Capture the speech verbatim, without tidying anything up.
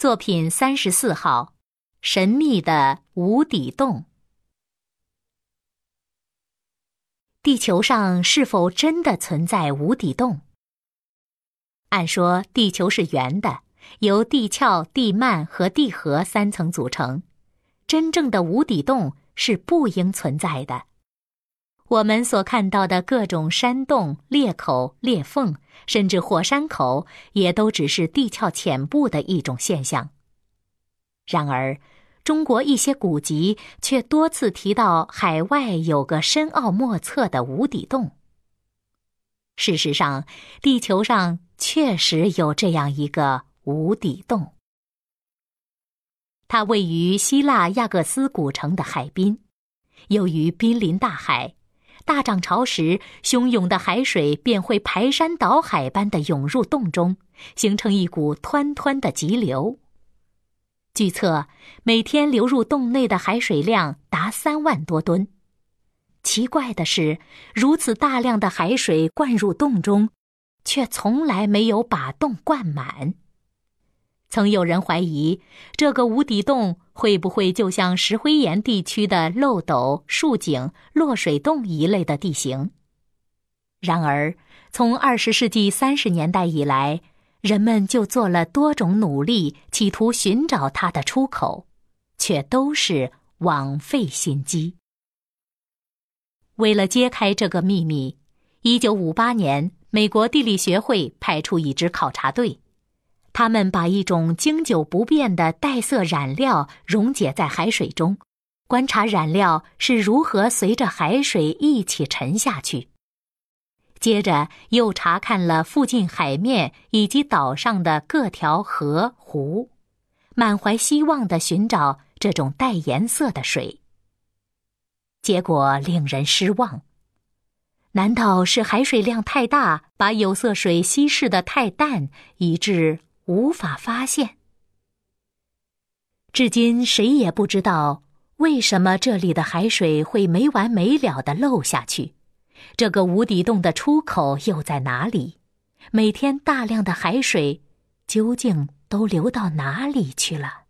作品三十四号，神秘的无底洞。地球上是否真的存在无底洞？按说地球是圆的，由地壳、地幔和地核三层组成，真正的无底洞是不应存在的。我们所看到的各种山洞、裂口、裂缝，甚至火山口，也都只是地壳浅部的一种现象。然而，中国一些古籍却多次提到海外有个深奥莫测的无底洞。事实上，地球上确实有这样一个无底洞。它位于希腊亚各斯古城的海滨，由于濒临大海，大涨潮时，汹涌的海水便会排山倒海般地涌入洞中，形成一股湍湍的急流。据测，每天流入洞内的海水量达三万多吨。奇怪的是，如此大量的海水灌入洞中，却从来没有把洞灌满。曾有人怀疑，这个无底洞会不会就像石灰岩地区的漏斗、竖井、落水洞一类的地形。然而，从二十世纪三十年代以来，人们就做了多种努力，企图寻找它的出口，却都是枉费心机。为了揭开这个秘密，一九五八年，美国地理学会派出一支考察队。他们把一种经久不变的带色染料溶解在海水中，观察染料是如何随着海水一起沉下去。接着又查看了附近海面以及岛上的各条河湖，满怀希望地寻找这种带颜色的水。结果令人失望。难道是海水量太大，把有色水稀释得太淡，以致无法发现？至今谁也不知道为什么这里的海水会没完没了地漏下去，这个无底洞的出口又在哪里？每天大量的海水究竟都流到哪里去了？